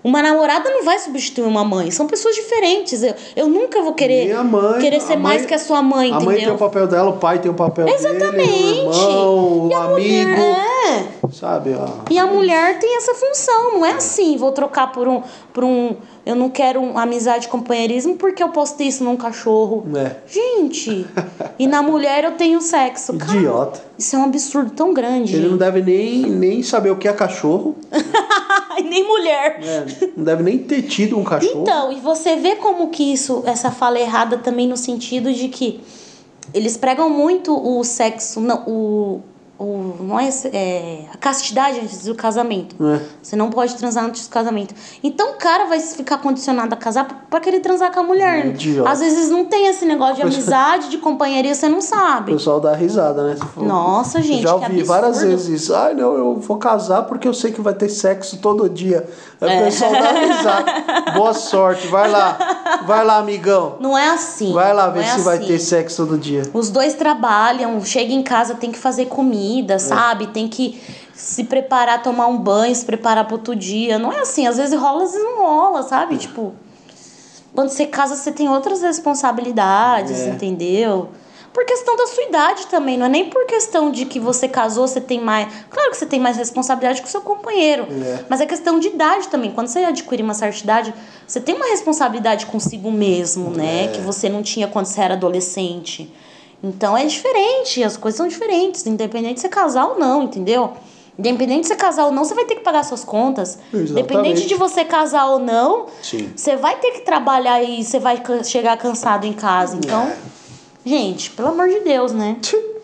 Uma namorada não vai substituir uma mãe. São pessoas diferentes. Eu, eu nunca vou querer, mãe, querer ser mãe, mais que a sua mãe, a entendeu? A mãe tem o papel dela, o pai tem o papel Exatamente. dele, o irmão, o amigo. Mulher, é. Sabe? Ó. E a mulher tem essa função. Não é assim, vou trocar por um... Por um eu não quero um, amizade, companheirismo porque eu posso ter isso num cachorro. É. Gente, e na mulher eu tenho sexo. Cara, idiota. Isso é um absurdo tão grande. Ele não deve nem, nem saber o que é cachorro. E nem mulher. É, não deve nem ter tido um cachorro. Então, e você vê como que isso, essa fala é errada também no sentido de que eles pregam muito o sexo, não, o, o, não é, é a castidade antes do casamento. É. Você não pode transar antes do casamento. Então o cara vai ficar condicionado a casar pra, pra querer transar com a mulher. Idiota. Às vezes não tem esse negócio de amizade, de companhia, você não O sabe. pessoal dá risada, né? Nossa, gente, já que ouvi absurdo. várias vezes isso. Ai, não, eu vou casar porque eu sei que vai ter sexo todo dia. Aí o pessoal dá risada. Boa sorte, vai lá. Vai lá, amigão. Não é assim. Vai lá não ver é se vai assim. ter sexo todo dia. Os dois trabalham, chega em casa, tem que fazer comida, sabe? Tem que se preparar, tomar um banho, se preparar pro outro dia. Não é assim, às vezes rola, às vezes não rola, sabe? Tipo, quando você casa, você tem outras responsabilidades, É. entendeu? Por questão da sua idade também, não é nem por questão de que você casou, você tem mais... Claro que você tem mais responsabilidade com o seu companheiro, É. mas é questão de idade também. Quando você adquire uma certa idade, você tem uma responsabilidade consigo mesmo, né? É. Que você não tinha quando você era adolescente. Então é diferente, as coisas são diferentes, independente de você casar ou não, entendeu? Independente de você casar ou não, você vai ter que pagar suas contas. Exatamente. Independente de você casar ou não, Sim. você vai ter que trabalhar e você vai ca- chegar cansado em casa. Então, É. gente, pelo amor de Deus, né?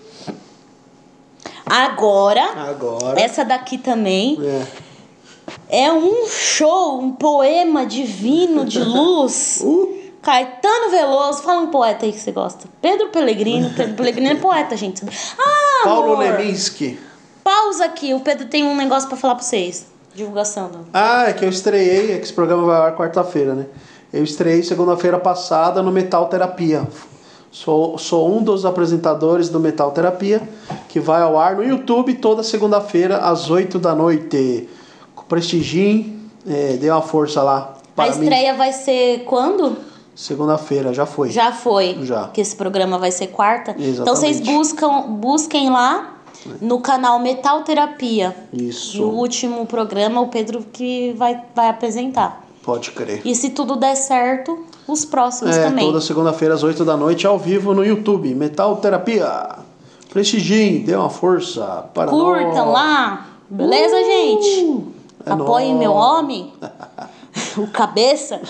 Agora, Agora. essa daqui também É. é um show, um poema divino de luz. Uh. Caetano Veloso, fala um poeta aí que você gosta. Pedro Pellegrino, Pedro Pellegrino é poeta, gente. Ah, Paulo amor. Leminski. Pausa aqui, o Pedro tem um negócio pra falar pra vocês. Divulgação. Do... Ah, é que eu estreiei, é que esse programa vai ao ar quarta-feira, né? Eu estreiei segunda-feira passada no Metal Terapia. Sou, sou um dos apresentadores do Metal Terapia, que vai ao ar no YouTube toda segunda-feira, às oito da noite. Prestigiem, é, dê uma força lá. A estreia mim. Vai ser quando? Segunda-feira, já foi. Já foi. Já. Que esse programa vai ser quarta. Exatamente. Então vocês buscam, busquem lá no canal Metal Terapia. Isso. E o último programa, o Pedro que vai, vai apresentar. Pode crer. E se tudo der certo, os próximos é, também. Toda segunda-feira às oito da noite, ao vivo no YouTube. Metal Terapia. Prestigiem, dê uma força para Curtam nós. lá. Beleza, uh, gente? É Apoiem nóis. meu homem. O cabeça.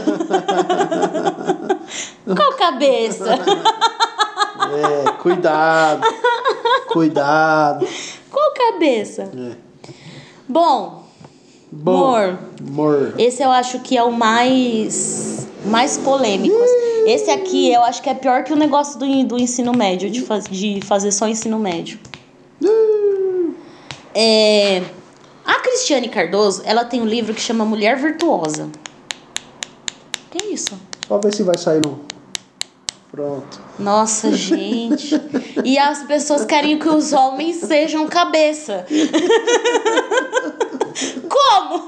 Qual cabeça? É, cuidado. Cuidado. Qual cabeça? É. Bom, Bom, amor, amor. esse eu acho que é o mais mais polêmico. Esse aqui eu acho que é pior que o negócio do, do ensino médio, de, faz, de fazer só ensino médio. É, a Cristiane Cardoso, ela tem um livro que chama Mulher Virtuosa. Que isso? Só ver se vai sair no... Pronto. Nossa, gente. E as pessoas querem que os homens sejam cabeça. Como?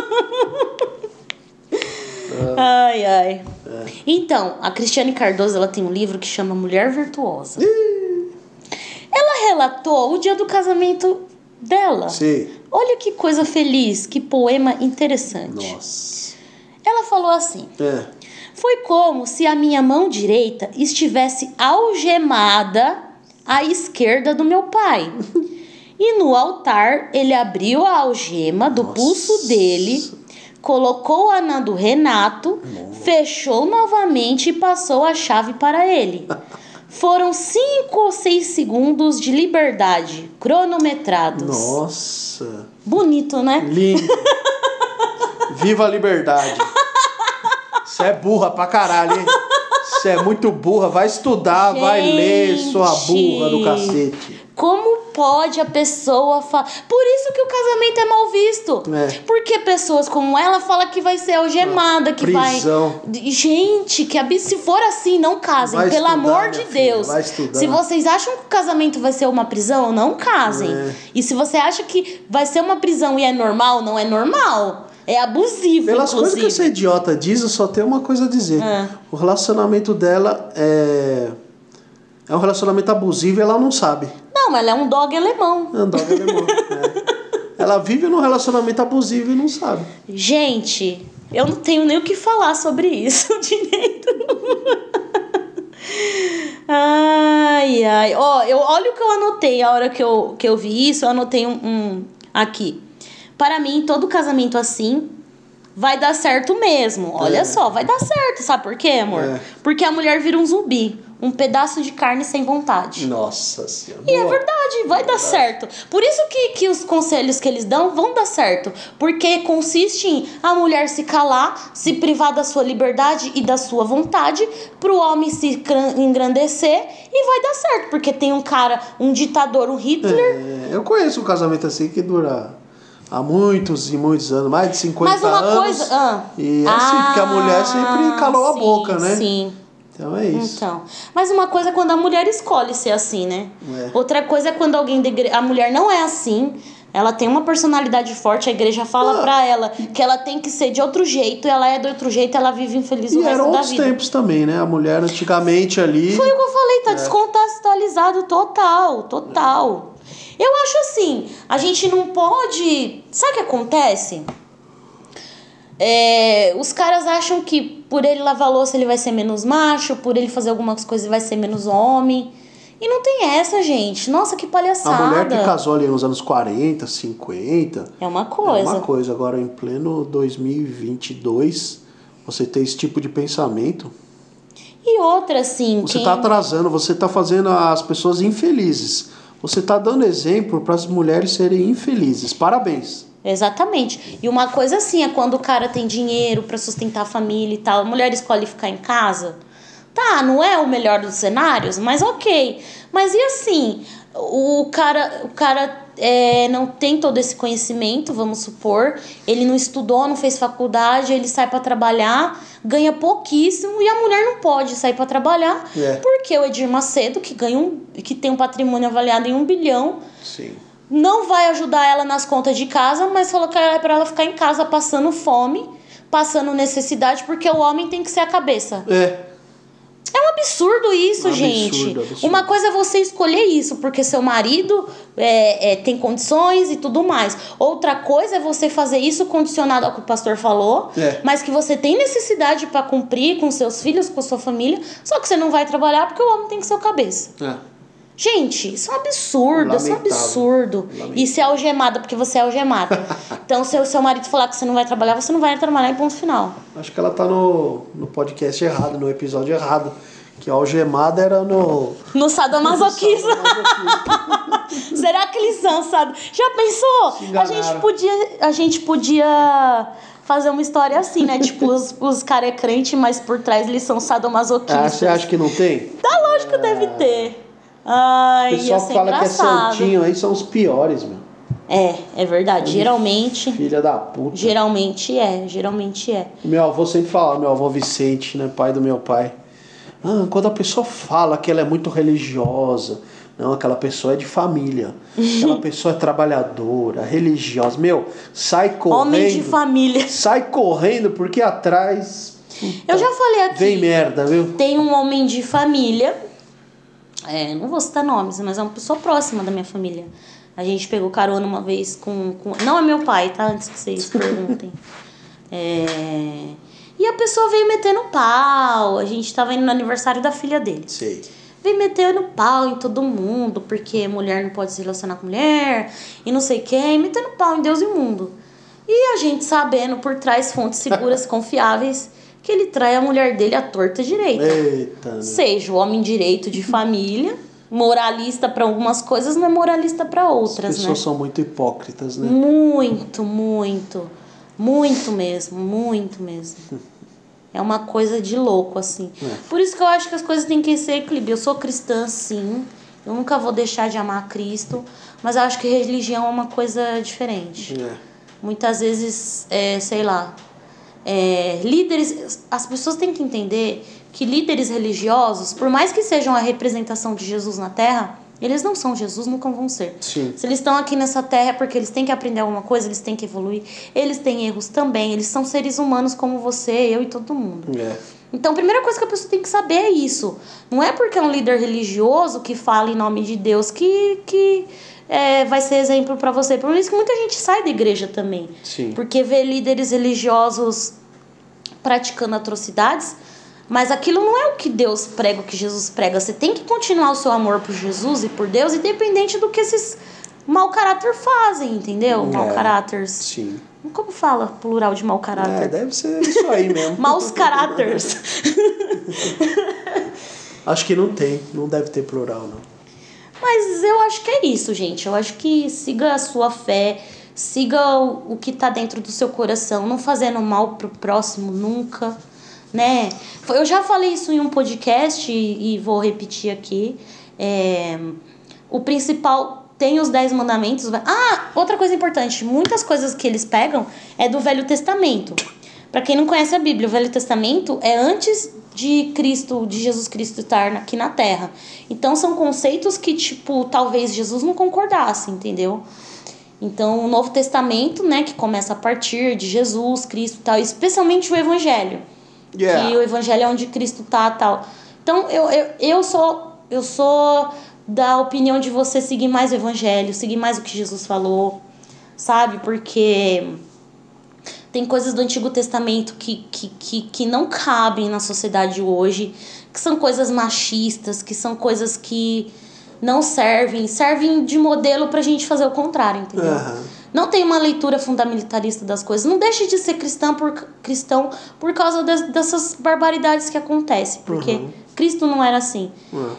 Ai, ai. Então, a Cristiane Cardoso, ela tem um livro que chama Mulher Virtuosa. Ela relatou o dia do casamento dela. Sim. Olha que coisa feliz, que poema interessante. Nossa. Ela falou assim: É. foi como se a minha mão direita estivesse algemada à esquerda do meu pai. E no altar ele abriu a algema do Nossa. pulso dele, colocou-a na do Renato, Nossa. fechou novamente e passou a chave para ele. Foram cinco ou seis segundos de liberdade, cronometrados. Nossa. Bonito, né? Lindo. Viva a liberdade. Você é burra pra caralho, hein? Você é muito burra. Vai estudar, Gente, vai ler, sua burra do cacete. Como pode a pessoa falar? Por isso que o casamento é mal visto. É. Porque pessoas como ela falam que vai ser algemada, que Prisão. vai... Gente, que ab... se for assim, não casem. Vai Pelo estudar, amor de minha filha, Deus. vai estudar. Se vocês acham que o casamento vai ser uma prisão, não casem. É. E se você acha que vai ser uma prisão e é normal, não é normal. É abusivo, Pelas inclusive. coisas que essa idiota diz, eu só tenho uma coisa a dizer. Ah. O relacionamento dela é... É um relacionamento abusivo e ela não sabe. Não, mas ela é um dog alemão. É um dog alemão. É. Ela vive num relacionamento abusivo e não sabe. Gente, eu não tenho nem o que falar sobre isso direito. Ai, ai. Ó, eu, olha o que eu anotei a hora que eu, que eu vi isso. Eu anotei um, um aqui. Para mim, todo casamento assim vai dar certo mesmo. Olha É. só, vai dar certo. Sabe por quê, amor? É. Porque a mulher vira um zumbi. Um pedaço de carne sem vontade. Nossa Senhora. E é Boa. verdade, vai dar certo. Por isso que, que os conselhos que eles dão vão dar certo. Porque consiste em a mulher se calar, se privar da sua liberdade e da sua vontade, pro homem se cran- engrandecer e vai dar certo. Porque tem um cara, um ditador, um Hitler. É, eu conheço um casamento assim que dura há muitos e muitos anos, mais de cinquenta Mas uma anos. coisa. Ah. E é assim, porque a mulher sempre calou a sim, boca, né? Sim. Então é isso. Então, mas uma coisa é quando a mulher escolhe ser assim, né? É. Outra coisa é quando alguém da igre... a mulher não é assim, ela tem uma personalidade forte, a igreja fala Ah. pra ela que ela tem que ser de outro jeito, ela é de outro jeito, ela vive infeliz o E resto eram da outros vida. tempos também, né? A mulher antigamente ali. Foi o que eu falei, tá É. descontextualizado total, total. Eu acho assim, a gente não pode... Sabe o que acontece? É, os caras acham que por ele lavar louça ele vai ser menos macho, por ele fazer algumas coisas ele vai ser menos homem. E não tem essa, gente. Nossa, que palhaçada. A mulher que casou ali nos anos quarenta, cinquenta. É uma coisa. É uma coisa. Agora, em pleno dois mil e vinte e dois, você ter esse tipo de pensamento. E outra, assim... Você quem... está atrasando, você está fazendo as pessoas infelizes. Você está dando exemplo para as mulheres serem infelizes. Parabéns. Exatamente. E uma coisa assim, é quando o cara tem dinheiro pra sustentar a família e tal, a mulher escolhe ficar em casa. Tá, não é o melhor dos cenários, mas ok. Mas e assim, o cara, o cara é, não tem todo esse conhecimento, vamos supor, ele não estudou, não fez faculdade, ele sai pra trabalhar, ganha pouquíssimo e a mulher não pode sair pra trabalhar, É. porque o Edir Macedo, que, ganha um, que tem um patrimônio avaliado em um bilhão, Sim. não vai ajudar ela nas contas de casa, mas falou que é pra ela ficar em casa passando fome, passando necessidade, porque o homem tem que ser a cabeça. É. É um absurdo isso, Absurdo, gente. absurdo. Uma coisa é você escolher isso, porque seu marido é, é, tem condições e tudo mais. Outra coisa é você fazer isso condicionado ao que o pastor falou, É. mas que você tem necessidade para cumprir com seus filhos, com sua família, só que você não vai trabalhar porque o homem tem que ser o cabeça. É. Gente, isso é um absurdo, isso é um Lamentável. absurdo. Lamentável. E ser algemada porque você é algemada. Então, se o seu marido falar que você não vai trabalhar, você não vai trabalhar em ponto final. Acho que ela tá no, no podcast errado, no episódio errado. Que a algemada era no... No sadomasoquismo. Será que eles são sado? Já pensou? Se A enganaram. gente podia, a gente podia fazer uma história assim, né? Tipo, os, os caras é crente, mas por trás eles são Ah, sadomasoquistas. você acha que não tem? Tá, lógico que deve ter. Ai, O pessoal ia que ser fala que é engraçado. santinho aí são os piores, meu. É, é verdade. Geralmente, Filha da puta. geralmente é, geralmente é. Meu avô sempre falava, meu avô Vicente, né, pai do meu pai. Ah, quando a pessoa fala que ela é muito religiosa, não, aquela pessoa é de família. Aquela pessoa é trabalhadora, religiosa. Meu, sai correndo. Homem de família. Sai correndo porque atrás... Eu já falei aqui. Vem merda, viu? Tem um homem de família, é, não vou citar nomes, mas é uma pessoa próxima da minha família. A gente pegou carona uma vez com... com não é meu pai, tá? Antes que vocês perguntem. É, e a pessoa veio metendo pau. A gente tava indo no aniversário da filha dele. Sei. Veio metendo pau em todo mundo, porque mulher não pode se relacionar com mulher, e não sei quem, metendo pau em Deus e o mundo. E a gente sabendo por trás fontes seguras, confiáveis, que ele trai a mulher dele à torta direita. Eita, né? Seja o homem direito de família, moralista para algumas coisas, não é moralista para As outras, pessoas né? são muito hipócritas, né? Muito, muito. Muito mesmo, muito mesmo. É uma coisa de louco, assim. É. Por isso que eu acho que as coisas têm que ser equilíbrio. Eu sou cristã, sim. Eu nunca vou deixar de amar Cristo. Mas eu acho que religião é uma coisa diferente. É. Muitas vezes, é, sei lá... É, líderes... As pessoas têm que entender que líderes religiosos, por mais que sejam a representação de Jesus na Terra... Eles não são Jesus, nunca vão ser. Sim. Se eles estão aqui nessa terra é porque eles têm que aprender alguma coisa, eles têm que evoluir. Eles têm erros também, eles são seres humanos como você, eu e todo mundo. É. Então, a primeira coisa que a pessoa tem que saber é isso. Não é porque é um líder religioso que fala em nome de Deus que, que é, vai ser exemplo para você. Por isso que muita gente sai da igreja também. Sim. Porque vê líderes religiosos praticando atrocidades, mas aquilo não é o que Deus prega, o que Jesus prega. Você tem que continuar o seu amor por Jesus e por Deus, independente do que esses mau caráter fazem, entendeu? É, mau caráter. Sim. Como fala plural de mau caráter? É, deve ser isso aí mesmo. Maus caráteres. Acho que não tem, não deve ter plural, não. Mas eu acho que é isso, gente. Eu acho que siga a sua fé, siga o, o que tá dentro do seu coração, não fazendo mal pro próximo nunca, né? Eu já falei isso em um podcast e, e vou repetir aqui. É, o principal... Tem os dez mandamentos. Ah, outra coisa importante. Muitas coisas que eles pegam é do Velho Testamento. Para quem não conhece a Bíblia, o Velho Testamento é antes de Cristo, de Jesus Cristo estar aqui na Terra. Então são conceitos que, tipo, talvez Jesus não concordasse, entendeu? Então o Novo Testamento, né, que começa a partir de Jesus Cristo e tal, especialmente o Evangelho. Yeah. Que o Evangelho é onde Cristo tá e tal. Então eu, eu, eu sou... Eu sou da opinião de você seguir mais o Evangelho, seguir mais o que Jesus falou, sabe? Porque tem coisas do Antigo Testamento que, que, que, que não cabem na sociedade hoje, que são coisas machistas, que são coisas que não servem, servem de modelo pra gente fazer o contrário, entendeu? Uhum. Não tem uma leitura fundamentalista das coisas. Não deixe de ser cristão por, cristão por causa de, dessas barbaridades que acontecem, porque uhum. Cristo não era assim. Uhum.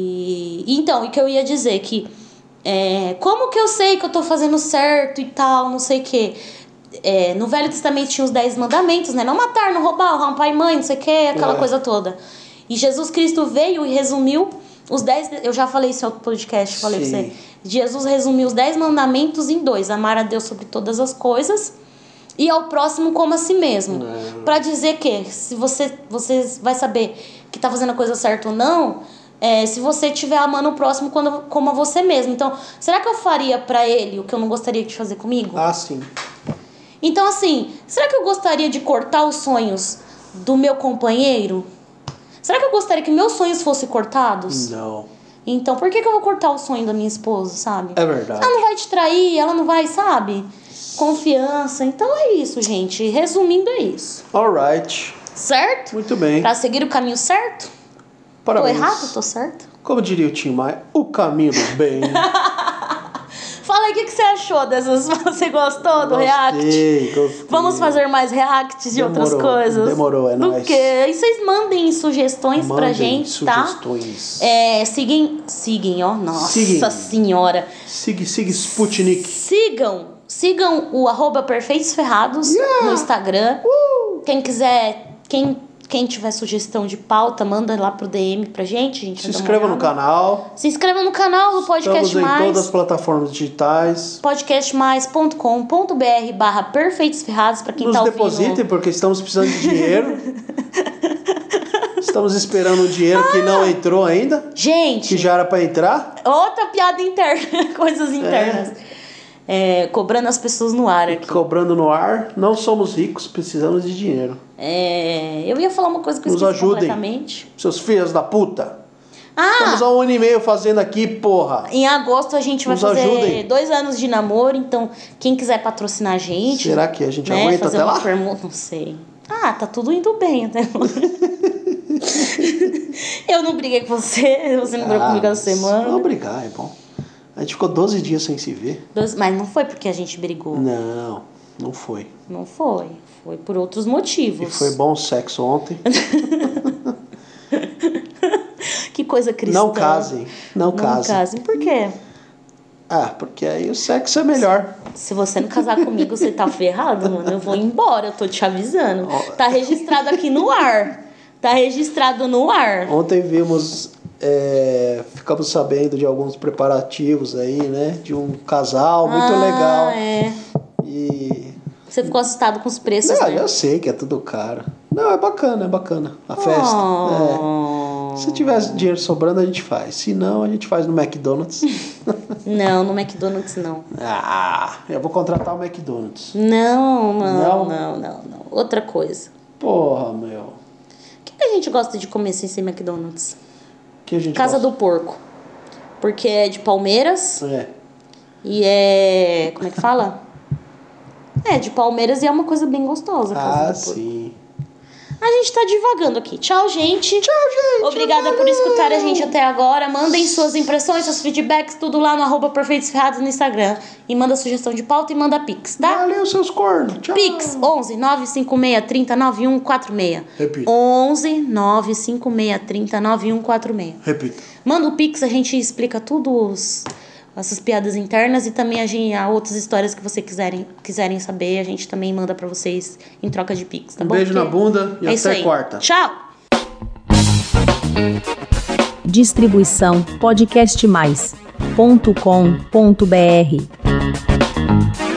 E então, o que eu ia dizer que é, como que eu sei que eu tô fazendo certo e tal, não sei o que. É, no Velho Testamento tinha os dez mandamentos, né? Não matar, não roubar, honrar pai e mãe, não sei o que, aquela é. coisa toda. E Jesus Cristo veio e resumiu os dez. Eu já falei isso em outro podcast, falei Sim. pra você. Jesus resumiu os dez mandamentos em dois: amar a Deus sobre todas as coisas e ao próximo como a si mesmo. Pra dizer que se você, você vai saber que tá fazendo a coisa certa ou não. É, se você estiver amando o próximo quando, como a você mesmo. Então, será que eu faria pra ele o que eu não gostaria de fazer comigo? Ah, sim. Então, assim, será que eu gostaria de cortar os sonhos do meu companheiro? Será que eu gostaria que meus sonhos fossem cortados? Não. Então, por que, que eu vou cortar o sonho da minha esposa, sabe? É verdade. Ela não vai te trair, ela não vai, sabe? Confiança. Então é isso, gente. Resumindo, é isso. Alright. Certo? Muito bem. Pra seguir o caminho certo? Parabéns. Tô errado? Tô certo? Como diria o Tim Maia, o caminho do bem. Fala aí o que, que você achou dessas. Você gostou do gostei, react? Gostei. Vamos fazer mais reacts de Demorou, outras coisas? Demorou, é do nóis. quê? E vocês mandem sugestões mandem pra gente, sugestões. tá? É, sigam, sigam, ó. Nossa Sigam. senhora. Siga, siga Sputnik. Sigam, sigam o arroba Perfeitos Ferrados yeah. no Instagram. Uh. Quem quiser, quem... Quem tiver sugestão de pauta, manda lá pro D M pra gente. A gente Se inscreva no canal. Se inscreva no canal do Podcast Estamos Mais. em todas as plataformas digitais. podcast mais ponto com ponto b r barra Perfeitos Ferrados para quem Nos tá ouvindo. Nos depositem, porque estamos precisando de dinheiro. Estamos esperando um dinheiro ah, que não entrou ainda. Gente. Que já era pra entrar. Outra piada interna. Coisas internas. É. É, cobrando as pessoas no ar aqui. Cobrando no ar. Não somos ricos, precisamos de dinheiro. É, eu ia falar uma coisa que eu Nos esqueci ajudem, completamente. Seus filhos da puta. Ah, Estamos há um ano e meio fazendo aqui, porra. Em agosto a gente vai Nos fazer ajudem. dois anos de namoro. Então, quem quiser patrocinar a gente... Será que a gente né, aguenta fazer até uma lá? Permuta, não sei. Ah, tá tudo indo bem até Eu não briguei com você. Você não brigou ah, comigo essa semana. Não brigar, é bom. A gente ficou doze dias sem se ver. Doze, mas não foi porque a gente brigou. Não, não foi. Não foi. Foi por outros motivos. E foi bom o sexo ontem. Que coisa cristã. Não casem. Não, não casem. casem. Por quê? Ah, porque aí o sexo é melhor. Se você não casar comigo, você tá ferrado, mano. Eu vou embora, eu tô te avisando. Tá registrado aqui no ar. Tá registrado no ar. Ontem vimos... É, ficamos sabendo de alguns preparativos aí, né? De um casal muito ah, legal. É. E... Você ficou assustado com os preços, não, né? eu sei que é tudo caro. Não, é bacana, é bacana. A festa. Oh. Se tivesse dinheiro sobrando, a gente faz. Se não, a gente faz no McDonald's. Não, no McDonald's não. Ah, eu vou contratar o McDonald's. Não, não, Não? não, não, não. Outra coisa. Porra, meu. O que, que a gente gosta de comer sem ser McDonald's? Que a gente Casa gosta? do Porco. Porque é de Palmeiras É. e é... Como é que fala? É, de Palmeiras e é uma coisa bem gostosa. a Casa Ah, do Porco. sim. A gente tá divagando aqui. Tchau, gente. Tchau, gente. Obrigada valeu. por escutar a gente até agora. Mandem suas impressões, seus feedbacks, tudo lá no arroba Perfeitos Ferrados no Instagram. E manda sugestão de pauta e manda pix, tá? Valeu, seus cornos. Tchau. Pix onze nove cinco seis três zero nove um quatro seis. Repita. onze nove cinco seis três zero nove um quatro seis. Repita. Manda o Pix, a gente explica tudo os, essas piadas internas e também a gente, há outras histórias que vocês quiserem, quiserem saber, a gente também manda pra vocês em troca de Pix, tá Um bom? beijo na bunda e é isso até aí. quarta. Tchau! Distribuição podcast mais ponto com ponto br